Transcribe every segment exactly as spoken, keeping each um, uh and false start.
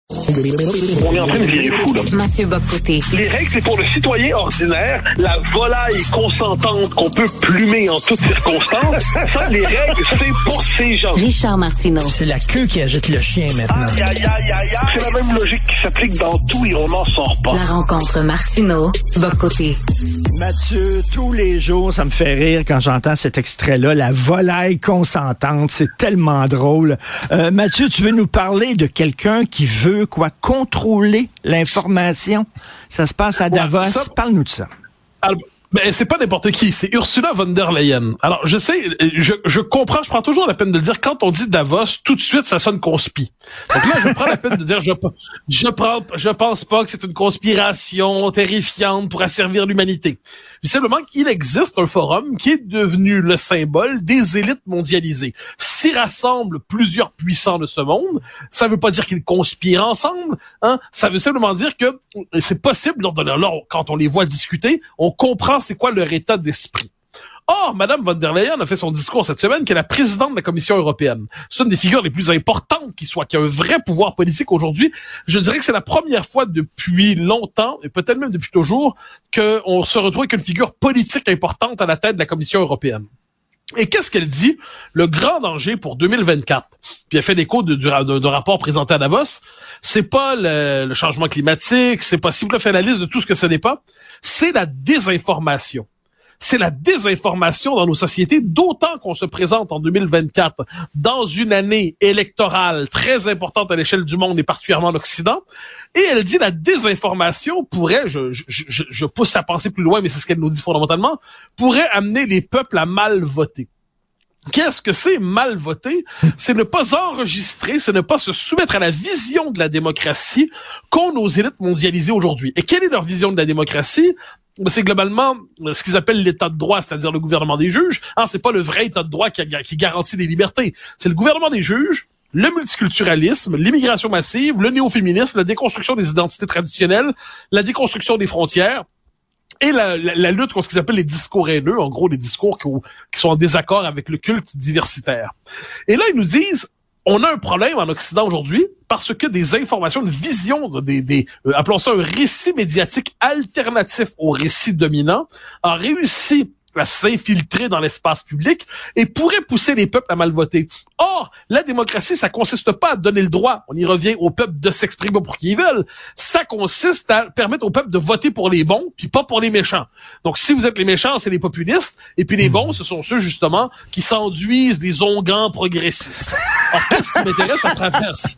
On est en train de virer fou, là. Mathieu Bock-Côté. Les règles, c'est pour le citoyen ordinaire, la volaille consentante qu'on peut plumer en toutes circonstances. Ça, les règles, c'est pour ces gens. Richard Martineau. C'est la queue qui agite le chien maintenant. Aïe, aïe, aïe, aïe, aïe. C'est la même logique qui s'applique dans tout et on n'en sort pas. La rencontre Martineau, Bock-Côté. Mathieu, tous les jours, ça me fait rire quand j'entends cet extrait-là, la volaille consentante. C'est tellement drôle. Euh, Mathieu, tu veux nous parler de quelqu'un qui veut quoi contrôler l'information? Ça se passe à Davos. Ouais, ça... Parle-nous de ça. Alors, ben, c'est pas n'importe qui, c'est Ursula von der Leyen. Alors, je sais, je, je comprends, je prends toujours la peine de le dire, quand on dit Davos, tout de suite, ça sonne conspi. Donc là, je prends la peine de dire, je, je prends, je pense pas que c'est une conspiration terrifiante pour asservir l'humanité. Je dis simplement qu'il existe un forum qui est devenu le symbole des élites mondialisées. S'y rassemblent plusieurs puissants de ce monde, ça veut pas dire qu'ils conspirent ensemble, hein. Ça veut simplement dire que c'est possible, lors de leur, quand on les voit discuter, on comprend c'est quoi leur état d'esprit. Or, Madame von der Leyen a fait son discours cette semaine, qui est la présidente de la Commission européenne. C'est une des figures les plus importantes qui soit, qui a un vrai pouvoir politique aujourd'hui. Je dirais que c'est la première fois depuis longtemps, et peut-être même depuis toujours, qu'on se retrouve avec une figure politique importante à la tête de la Commission européenne. Et qu'est-ce qu'elle dit? Le grand danger pour deux mille vingt-quatre, puis elle fait l'écho de, de, de, de rapport présenté à Davos, c'est pas le, le changement climatique, c'est pas, si vous fait la liste de tout ce que ce n'est pas, c'est la désinformation. C'est la désinformation dans nos sociétés, d'autant qu'on se présente en deux mille vingt-quatre dans une année électorale très importante à l'échelle du monde et particulièrement en Occident. Et elle dit la désinformation pourrait, je, je, je, je pousse à penser plus loin, mais c'est ce qu'elle nous dit fondamentalement, pourrait amener les peuples à mal voter. Qu'est-ce que c'est mal voter? C'est ne pas enregistrer, c'est ne pas se soumettre à la vision de la démocratie qu'ont nos élites mondialisées aujourd'hui. Et quelle est leur vision de la démocratie? C'est globalement ce qu'ils appellent l'état de droit, c'est-à-dire le gouvernement des juges. Ah, c'est pas le vrai état de droit qui, a, qui garantit les libertés. C'est le gouvernement des juges, le multiculturalisme, l'immigration massive, le néo-féminisme, la déconstruction des identités traditionnelles, la déconstruction des frontières, et la, la, la lutte contre ce qu'ils appellent les discours haineux, en gros les discours qui, qui sont en désaccord avec le culte diversitaire. Et là, ils nous disent, on a un problème en Occident aujourd'hui parce que des informations, une vision, des, des euh, appelons ça un récit médiatique alternatif au récit dominant, a réussi à s'infiltrer dans l'espace public et pourrait pousser les peuples à mal voter. Or, la démocratie, ça consiste pas à donner le droit, on y revient, au peuple de s'exprimer pour qui ils veulent, ça consiste à permettre au peuple de voter pour les bons, puis pas pour les méchants. Donc, si vous êtes les méchants, c'est les populistes, et puis les bons, ce sont ceux, justement, qui s'enduisent des onguents progressistes. Alors, qu'est-ce qui m'intéresse à travers ça?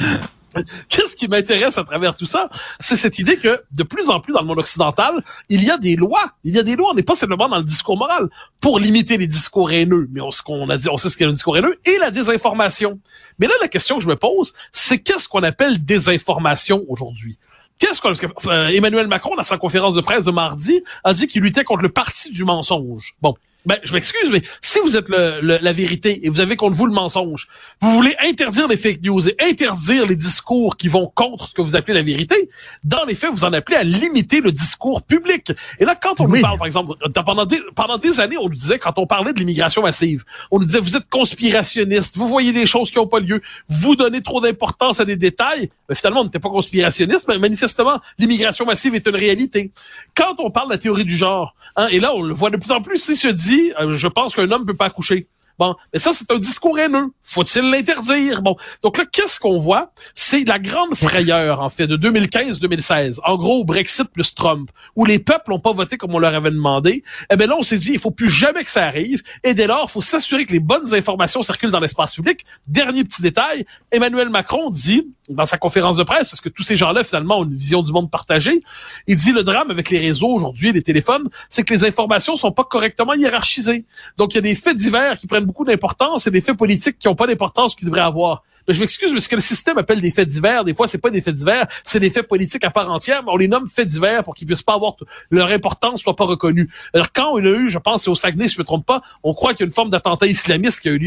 Qu'est-ce qui m'intéresse à travers tout ça? C'est cette idée que, de plus en plus dans le monde occidental, il y a des lois. Il y a des lois. On n'est pas simplement dans le discours moral pour limiter les discours haineux. Mais on, ce qu'on a dit, on sait ce qu'est le discours haineux et la désinformation. Mais là, la question que je me pose, c'est qu'est-ce qu'on appelle désinformation aujourd'hui? Qu'est-ce qu'on, euh, Emmanuel Macron, dans sa conférence de presse de mardi, a dit qu'il luttait contre le parti du mensonge. Bon. Ben, je m'excuse, mais si vous êtes le, le, la vérité et vous avez contre vous le mensonge, vous voulez interdire les fake news et interdire les discours qui vont contre ce que vous appelez la vérité, dans les faits, vous en appelez à limiter le discours public. Et là, quand on oui. nous parle, par exemple, pendant des, pendant des années, on nous disait, quand on parlait de l'immigration massive, on nous disait, vous êtes conspirationniste, vous voyez des choses qui n'ont pas lieu, vous donnez trop d'importance à des détails. Mais finalement, on n'était pas conspirationniste, mais manifestement, l'immigration massive est une réalité. Quand on parle de la théorie du genre, hein, et là, on le voit de plus en plus, si se dit, Euh, je pense qu'un homme peut pas accoucher. Bon, mais ça, c'est un discours haineux. Faut-il l'interdire? Bon, donc là, qu'est-ce qu'on voit? C'est la grande frayeur, en fait, de deux mille quinze deux mille seize. En gros, Brexit plus Trump, où les peuples n'ont pas voté comme on leur avait demandé. Eh bien là, on s'est dit, il faut plus jamais que ça arrive. Et dès lors, il faut s'assurer que les bonnes informations circulent dans l'espace public. Dernier petit détail, Emmanuel Macron dit, dans sa conférence de presse, parce que tous ces gens-là, finalement, ont une vision du monde partagée, il dit, le drame avec les réseaux aujourd'hui, les téléphones, c'est que les informations sont pas correctement hiérarchisées. Donc, il y a des faits divers qui prennent beaucoup d'importance et des faits politiques qui n'ont pas d'importance qu'ils devraient avoir. Mais je m'excuse, mais ce que le système appelle des faits divers, des fois, c'est pas des faits divers, c'est des faits politiques à part entière, mais on les nomme faits divers pour qu'ils puissent pas avoir, t- leur importance soit pas reconnue. Alors, quand il y a eu, je pense, c'est au Saguenay, si je me trompe pas, on croit qu'il y a une forme d'attentat islamiste qui a eu lieu,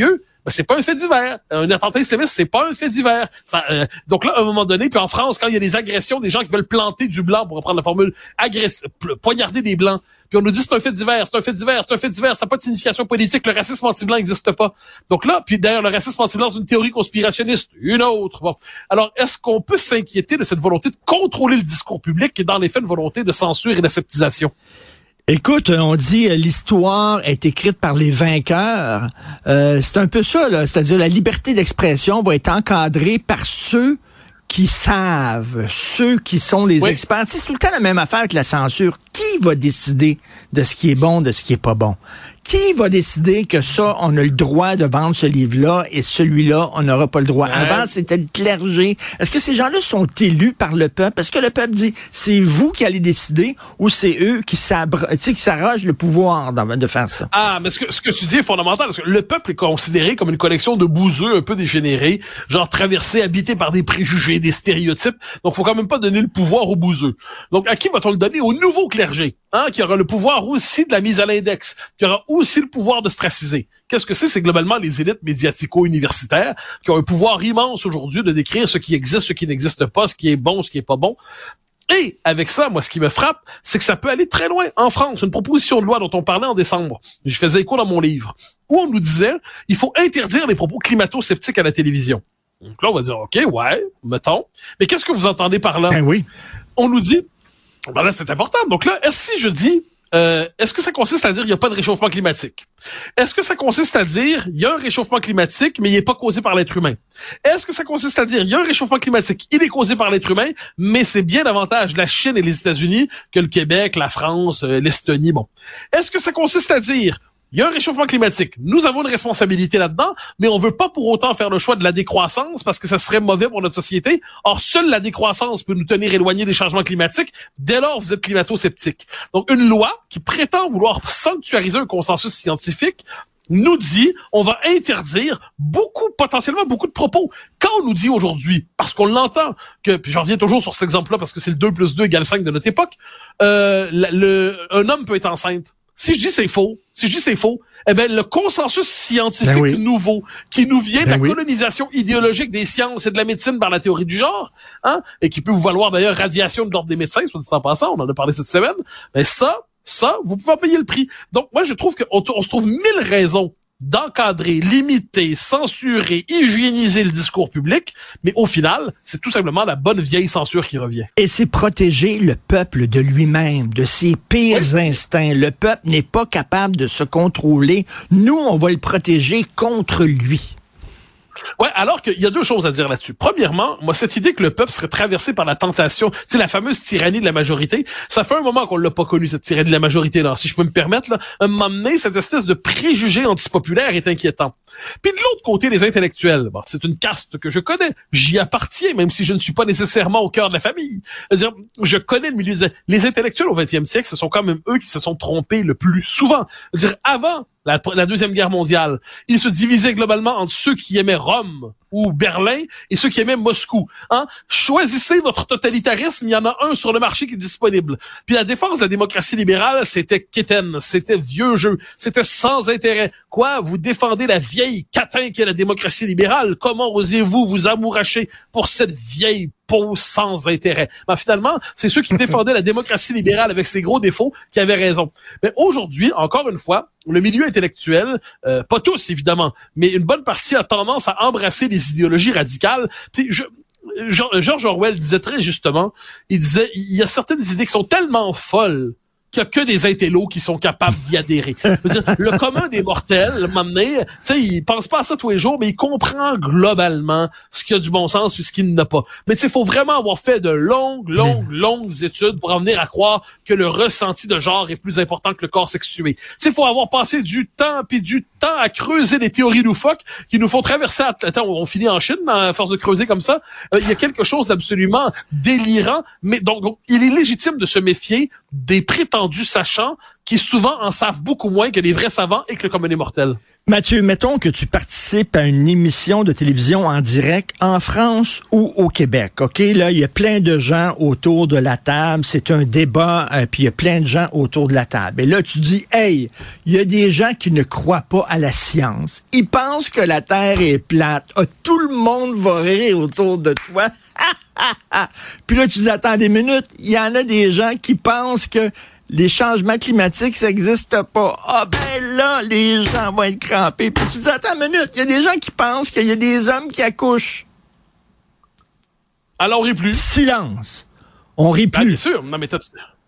Ben, c'est pas un fait divers. Un attentat islamiste, c'est pas un fait divers. Ça, euh, donc là, à un moment donné, puis en France, quand il y a des agressions, des gens qui veulent planter du blanc, pour reprendre la formule, agresse, poignarder des blancs, puis on nous dit c'est un fait divers, c'est un fait divers, c'est un fait divers, ça n'a pas de signification politique, le racisme anti-blanc n'existe pas. Donc là, puis d'ailleurs, le racisme anti-blanc, c'est une théorie conspirationniste, une autre. Bon. Alors, est-ce qu'on peut s'inquiéter de cette volonté de contrôler le discours public qui est dans les faits une volonté de censure et d'aseptisation? Écoute, on dit euh, l'histoire est écrite par les vainqueurs. Euh, c'est un peu ça, là. C'est-à-dire la liberté d'expression va être encadrée par ceux qui savent, ceux qui sont les oui. experts. Tu sais, c'est tout le temps la même affaire que la censure. Qui va décider de ce qui est bon, de ce qui est pas bon? Qui va décider que ça, on a le droit de vendre ce livre-là et celui-là, on n'aura pas le droit? Ouais. Avant, c'était le clergé. Est-ce que ces gens-là sont élus par le peuple? Est-ce que le peuple dit, c'est vous qui allez décider ou c'est eux qui s'arrogent le pouvoir de faire ça? Ah, mais ce que, ce que tu dis est fondamental. Parce que le peuple est considéré comme une collection de bouseux un peu dégénérés, genre traversés, habités par des préjugés, des stéréotypes. Donc, faut quand même pas donner le pouvoir aux bouseux. Donc, à qui va-t-on le donner? Au nouveau clergé, hein, qui aura le pouvoir aussi de la mise à l'index, qui aura aussi le pouvoir de straciser. Qu'est-ce que c'est? C'est globalement les élites médiatico-universitaires qui ont un pouvoir immense aujourd'hui de décrire ce qui existe, ce qui n'existe pas, ce qui est bon, ce qui est pas bon. Et avec ça, moi, ce qui me frappe, c'est que ça peut aller très loin. En France, une proposition de loi dont on parlait en décembre, je faisais écho dans mon livre, où on nous disait il faut interdire les propos climato-sceptiques à la télévision. Donc là, on va dire, OK, ouais, mettons. Mais qu'est-ce que vous entendez par là? Ben oui. On nous dit, ben là, c'est important. Donc là, est-ce que si je dis, Euh, est-ce que ça consiste à dire qu'il n'y a pas de réchauffement climatique? Est-ce que ça consiste à dire il y a un réchauffement climatique, mais il n'est pas causé par l'être humain? Est-ce que ça consiste à dire il y a un réchauffement climatique, il est causé par l'être humain, mais c'est bien davantage la Chine et les États-Unis que le Québec, la France, euh, l'Estonie, bon. Est-ce que ça consiste à dire il y a un réchauffement climatique. Nous avons une responsabilité là-dedans, mais on veut pas pour autant faire le choix de la décroissance parce que ça serait mauvais pour notre société. Or, seule la décroissance peut nous tenir éloignés des changements climatiques. Dès lors, vous êtes climato-sceptique. Donc, une loi qui prétend vouloir sanctuariser un consensus scientifique nous dit, on va interdire beaucoup, potentiellement beaucoup de propos. Quand on nous dit aujourd'hui, parce qu'on l'entend, que, puis j'en reviens toujours sur cet exemple-là parce que c'est le deux plus deux égale cinq de notre époque, euh, le, le, un homme peut être enceinte. Si je dis c'est faux, si je dis c'est faux, eh ben le consensus scientifique ben oui. nouveau qui nous vient de ben la oui. colonisation idéologique des sciences et de la médecine par la théorie du genre, hein, et qui peut vous valoir d'ailleurs radiation de l'ordre des médecins, soit dit en passant, on en a parlé cette semaine, mais ça, ça, vous pouvez en payer le prix. Donc moi je trouve qu'on on se trouve mille raisons d'encadrer, limiter, censurer, hygiéniser le discours public, mais au final, c'est tout simplement la bonne vieille censure qui revient. Et c'est protéger le peuple de lui-même, de ses pires oui. instincts. Le peuple n'est pas capable de se contrôler. Nous, on va le protéger contre lui. Ouais, alors qu'il y a deux choses à dire là-dessus. Premièrement, moi, cette idée que le peuple serait traversé par la tentation, tu sais, la fameuse tyrannie de la majorité, ça fait un moment qu'on l'a pas connue, cette tyrannie de la majorité, là. Si je peux me permettre, là, un moment donné, cette espèce de préjugé antipopulaire est inquiétant. Puis de l'autre côté, les intellectuels, bon, c'est une caste que je connais. J'y appartiens, même si je ne suis pas nécessairement au cœur de la famille. C'est-à-dire, je connais le milieu des... Les intellectuels au vingtième siècle, ce sont quand même eux qui se sont trompés le plus souvent. C'est-à-dire, avant La, la Deuxième Guerre mondiale, ils se divisaient globalement entre ceux qui aimaient Rome ou Berlin et ceux qui aimaient Moscou. Hein? Choisissez votre totalitarisme, il y en a un sur le marché qui est disponible. Puis la défense de la démocratie libérale, c'était quétaine, c'était vieux jeu, c'était sans intérêt. Quoi? Vous défendez la vieille catin qui est la démocratie libérale? Comment osez-vous vous amouracher pour cette vieille peau sans intérêt? Ben, finalement, c'est ceux qui défendaient la démocratie libérale avec ses gros défauts qui avaient raison. Mais aujourd'hui, encore une fois, le milieu intellectuel, euh, pas tous évidemment, mais une bonne partie a tendance à embrasser les idéologies radicales. Puis je, George Orwell disait très justement, il disait, il y a certaines idées qui sont tellement folles qu'il n'y a que des intellos qui sont capables d'y adhérer. Je veux dire, le commun des mortels, m'amener, tu sais, il pense pas à ça tous les jours, mais il comprend globalement ce qui a du bon sens puis ce qui n'a pas. Mais tu sais, il faut vraiment avoir fait de longues, longues, longues études pour en venir à croire que le ressenti de genre est plus important que le corps sexué. Tu sais, il faut avoir passé du temps puis du temps à creuser des théories loufoques qui nous font traverser. À... Attends, on finit en Chine à force de creuser comme ça. Euh, il y a quelque chose d'absolument délirant. Mais donc, donc, il est légitime de se méfier des prétendus du sachant qui souvent en savent beaucoup moins que les vrais savants et que le commun des mortels. Mathieu, mettons que tu participes à une émission de télévision en direct en France ou au Québec. OK, là, il y a plein de gens autour de la table. C'est un débat, euh, puis il y a plein de gens autour de la table. Et là, tu dis, hey, il y a des gens qui ne croient pas à la science. Ils pensent que la Terre est plate. Ah, tout le monde va rire autour de toi. Puis là, tu dis, attends des minutes. Il y en a des gens qui pensent que les changements climatiques, ça n'existe pas. Ah ben là, les gens vont être crampés. Puis tu dis, attends une minute, il y a des gens qui pensent qu'il y a des hommes qui accouchent. Alors on rit plus. Silence. On rit plus. Ben, bien sûr. Non, mais t'as...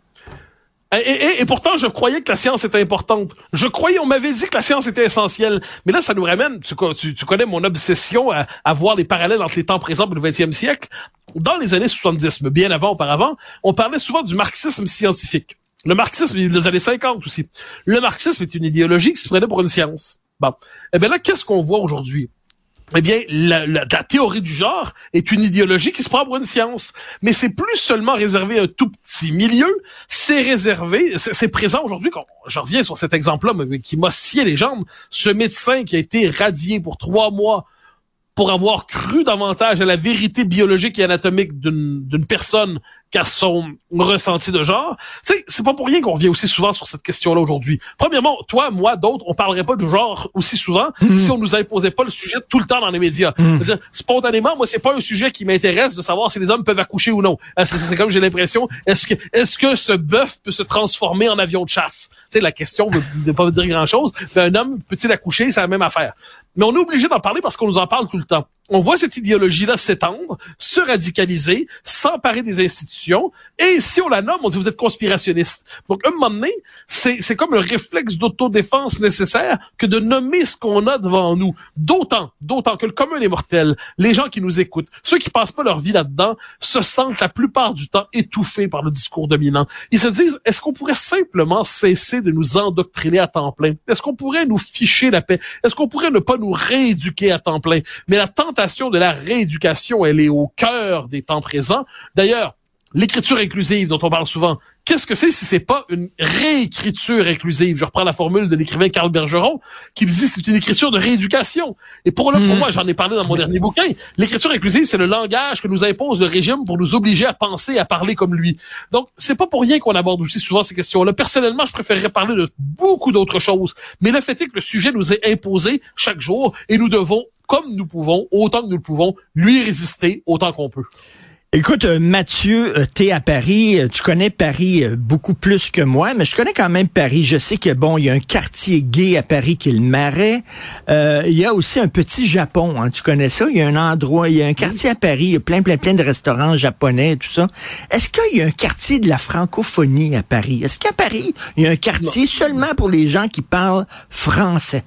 Et, et, et pourtant, je croyais que la science était importante. Je croyais, on m'avait dit que la science était essentielle. Mais là, ça nous ramène, tu, tu, tu connais mon obsession à, à voir les parallèles entre les temps présents et le vingtième siècle. Dans les années soixante-dix, mais bien avant, auparavant, on parlait souvent du marxisme scientifique. Le marxisme, il des années cinquante aussi. Le marxisme est une idéologie qui se prenait pour une science. Bon. Eh bien là, qu'est-ce qu'on voit aujourd'hui? Eh bien, la, la, la théorie du genre est une idéologie qui se prend pour une science. Mais c'est plus seulement réservé à un tout petit milieu, c'est réservé, c'est, c'est présent aujourd'hui. Quand je reviens sur cet exemple-là mais, qui m'a scié les jambes, ce médecin qui a été radié pour trois mois pour avoir cru davantage à la vérité biologique et anatomique d'une, d'une personne qu'à son ressenti de genre. Tu sais, c'est pas pour rien qu'on revient aussi souvent sur cette question-là aujourd'hui. Premièrement, toi, moi, d'autres, on parlerait pas de genre aussi souvent mmh. si on nous imposait pas le sujet tout le temps dans les médias. Mmh. C'est-à-dire, spontanément, moi, c'est pas un sujet qui m'intéresse de savoir si les hommes peuvent accoucher ou non. C'est, c'est comme j'ai l'impression, est-ce que, est-ce que ce bœuf peut se transformer en avion de chasse? Tu sais, la question ne veut pas dire grand-chose. Mais un homme peut-il accoucher? C'est la même affaire. Mais on est obligé d'en parler parce qu'on nous en parle tout le temps. On voit cette idéologie-là s'étendre, se radicaliser, s'emparer des institutions, et si on la nomme, on dit vous êtes conspirationniste. Donc, un moment donné, c'est, c'est comme un réflexe d'autodéfense nécessaire que de nommer ce qu'on a devant nous. D'autant, d'autant que le commun des mortels, les gens qui nous écoutent, ceux qui passent pas leur vie là-dedans, se sentent la plupart du temps étouffés par le discours dominant. Ils se disent, est-ce qu'on pourrait simplement cesser de nous endoctriner à temps plein? Est-ce qu'on pourrait nous ficher la paix? Est-ce qu'on pourrait ne pas nous rééduquer à temps plein? Mais la tentation de la rééducation, elle est au cœur des temps présents. D'ailleurs, l'écriture inclusive dont on parle souvent, qu'est-ce que c'est si c'est pas une réécriture inclusive? Je reprends la formule de l'écrivain Carl Bergeron, qui dit que c'est une écriture de rééducation. Et pour là, pour moi, j'en ai parlé dans mon dernier bouquin, l'écriture inclusive, c'est le langage que nous impose le régime pour nous obliger à penser et à parler comme lui. Donc, c'est pas pour rien qu'on aborde aussi souvent ces questions-là. Personnellement, je préférerais parler de beaucoup d'autres choses. Mais le fait est que le sujet nous est imposé chaque jour et nous devons, comme nous pouvons, autant que nous le pouvons, lui résister autant qu'on peut. Écoute, euh, Mathieu, euh, t'es à Paris, euh, tu connais Paris euh, beaucoup plus que moi, mais je connais quand même Paris. Je sais que, bon, il y a un quartier gay à Paris qui est le Marais. Euh, il y a aussi un petit Japon, hein, tu connais ça? Il y a un endroit, il y a un quartier à Paris, il y a plein, plein, plein de restaurants japonais et tout ça. Est-ce qu'il y a un quartier de la francophonie à Paris? Est-ce qu'à Paris, il y a un quartier non. seulement pour les gens qui parlent français?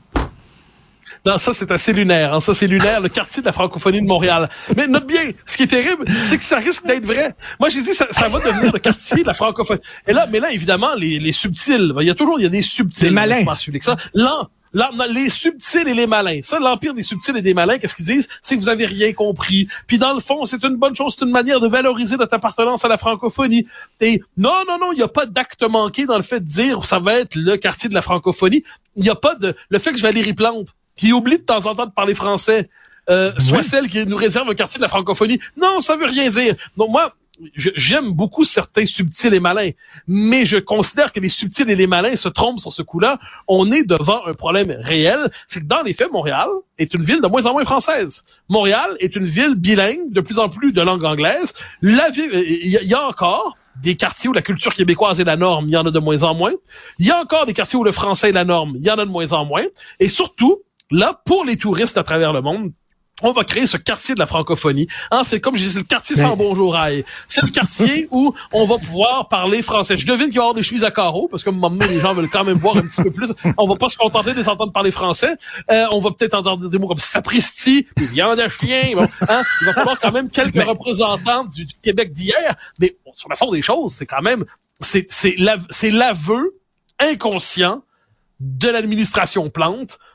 Non, ça, c'est assez lunaire. Hein. Ça, c'est lunaire, le quartier de la francophonie de Montréal. Mais note bien, ce qui est terrible, c'est que ça risque d'être vrai. Moi, j'ai dit, ça, ça va devenir le quartier de la francophonie. Et là, mais là, évidemment, les, les subtils, il y a toujours, il y a des subtils. Les malins. Ça, là, Là, les subtils et les malins. Ça, l'empire des subtils et des malins, qu'est-ce qu'ils disent? C'est que vous avez rien compris. Puis dans le fond, c'est une bonne chose, c'est une manière de valoriser notre appartenance à la francophonie. Et non, non, non, il n'y a pas d'acte manqué dans le fait de dire ça va être le quartier de la francophonie. Il n'y a pas de... Le fait que Valérie Plante, qui oublie de temps en temps de parler français, euh, oui. soit celle qui nous réserve un quartier de la francophonie. Non, ça veut rien dire. Donc moi... Je, j'aime beaucoup certains subtils et malins, mais je considère que les subtils et les malins se trompent sur ce coup-là. On est devant un problème réel. C'est que dans les faits, Montréal est une ville de moins en moins française. Montréal est une ville bilingue, de plus en plus de langue anglaise. La ville, il y, y a encore des quartiers où la culture québécoise est la norme, il y en a de moins en moins. Il y a encore des quartiers où le français est la norme, il y en a de moins en moins. Et surtout, là, pour les touristes à travers le monde, on va créer ce quartier de la francophonie. Hein, c'est comme je dis, c'est le quartier sans bonjour aïe. C'est le quartier où on va pouvoir parler français. Je devine qu'il va y avoir des chemises à carreaux, parce que à un moment donné, les gens veulent quand même voir un petit peu plus. On va pas se contenter de les entendre parler français. Euh, on va peut-être entendre des mots comme sapristi, viande à chien. Bon, hein, il va falloir quand même quelques mais... représentants du, du Québec d'hier. Mais bon, sur la forme des choses, c'est quand même, c'est, c'est, la, c'est l'aveu inconscient de l'administration Plante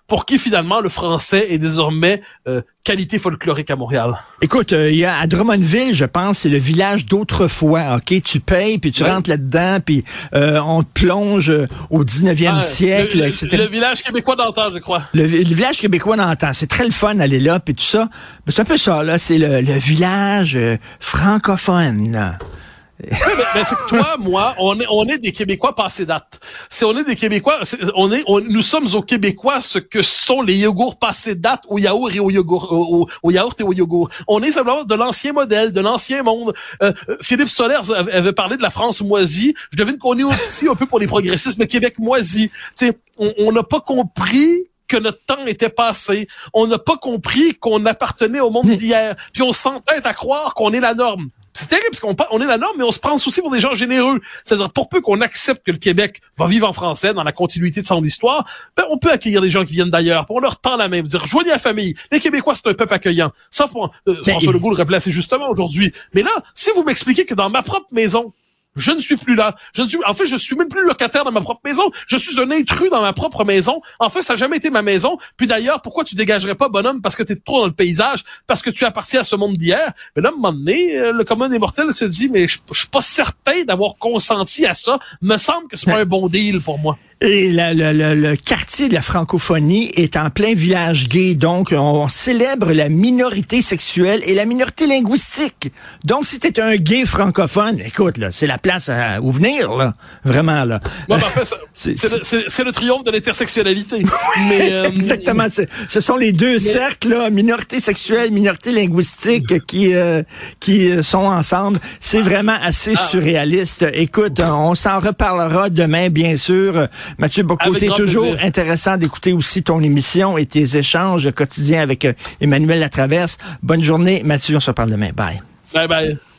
pour qui finalement le français est désormais euh, qualité folklorique à Montréal. Écoute, il euh, y a à Drummondville, je pense, c'est le village d'autrefois, OK? Tu payes, puis tu ouais. rentres là-dedans, puis euh, on te plonge au dix-neuvième ah, siècle, le, et cetera. Le village québécois d'antan, je crois. Le, le village québécois d'antan, c'est très le fun d'aller là, puis tout ça. Mais c'est un peu ça, là, c'est le, le village euh, francophone. Oui, mais, mais c'est que toi, moi, on est, on est des Québécois passés date. C'est, on est des Québécois, c'est, on est, on, nous sommes aux Québécois ce que sont les yogourts passés date au yaourt et au yogourt, au, au yaourt et au yogourt. On est simplement de l'ancien modèle, de l'ancien monde. Euh, Philippe Solers avait parlé de la France moisie. Je devine qu'on est aussi un peu pour les progressistes, le Québec moisi. Tu sais, on n'a pas compris que notre temps était passé. On n'a pas compris qu'on appartenait au monde d'hier. Puis on s'entête à croire qu'on est la norme. C'est terrible parce qu'on on est la norme, mais on se prend aussi pour des gens généreux. C'est-à-dire, pour peu qu'on accepte que le Québec va vivre en français dans la continuité de son histoire, ben, on peut accueillir des gens qui viennent d'ailleurs. On leur tend la main, dire, rejoignez la famille. Les Québécois, c'est un peuple accueillant. Ça, pour, euh, François Legault le rappelait assez justement aujourd'hui. Mais là, si vous m'expliquez que dans ma propre maison, je ne suis plus là. Je ne suis, en fait, je suis même plus locataire dans ma propre maison. Je suis un intrus dans ma propre maison. En fait, ça n'a jamais été ma maison. Puis d'ailleurs, pourquoi tu dégagerais pas, bonhomme, parce que t'es trop dans le paysage, parce que tu appartiens à ce monde d'hier? Mais là, à un moment donné, le commun des mortels se dit, mais je, je suis pas certain d'avoir consenti à ça. Me semble que c'est pas un bon deal pour moi. Et la, le, le, le quartier de la francophonie est en plein village gay, donc on célèbre la minorité sexuelle et la minorité linguistique. Donc, si t'es un gay francophone, écoute, là, c'est la place à, où venir, là, vraiment, là. Bon, ben, en fait, c'est, c'est, c'est, le, c'est le triomphe de l'intersexualité. Mais, euh, exactement, c'est, ce sont les deux mais... cercles, là, minorité sexuelle, minorité linguistique, qui euh, qui sont ensemble. C'est vraiment assez ah. surréaliste. Écoute, on s'en reparlera demain, bien sûr. Mathieu Bock-Côté, toujours plaisir. Intéressant d'écouter aussi ton émission et tes échanges quotidiens avec euh, Emmanuel Latraverse. Bonne journée, Mathieu, on se reparle demain. Bye. Bye bye.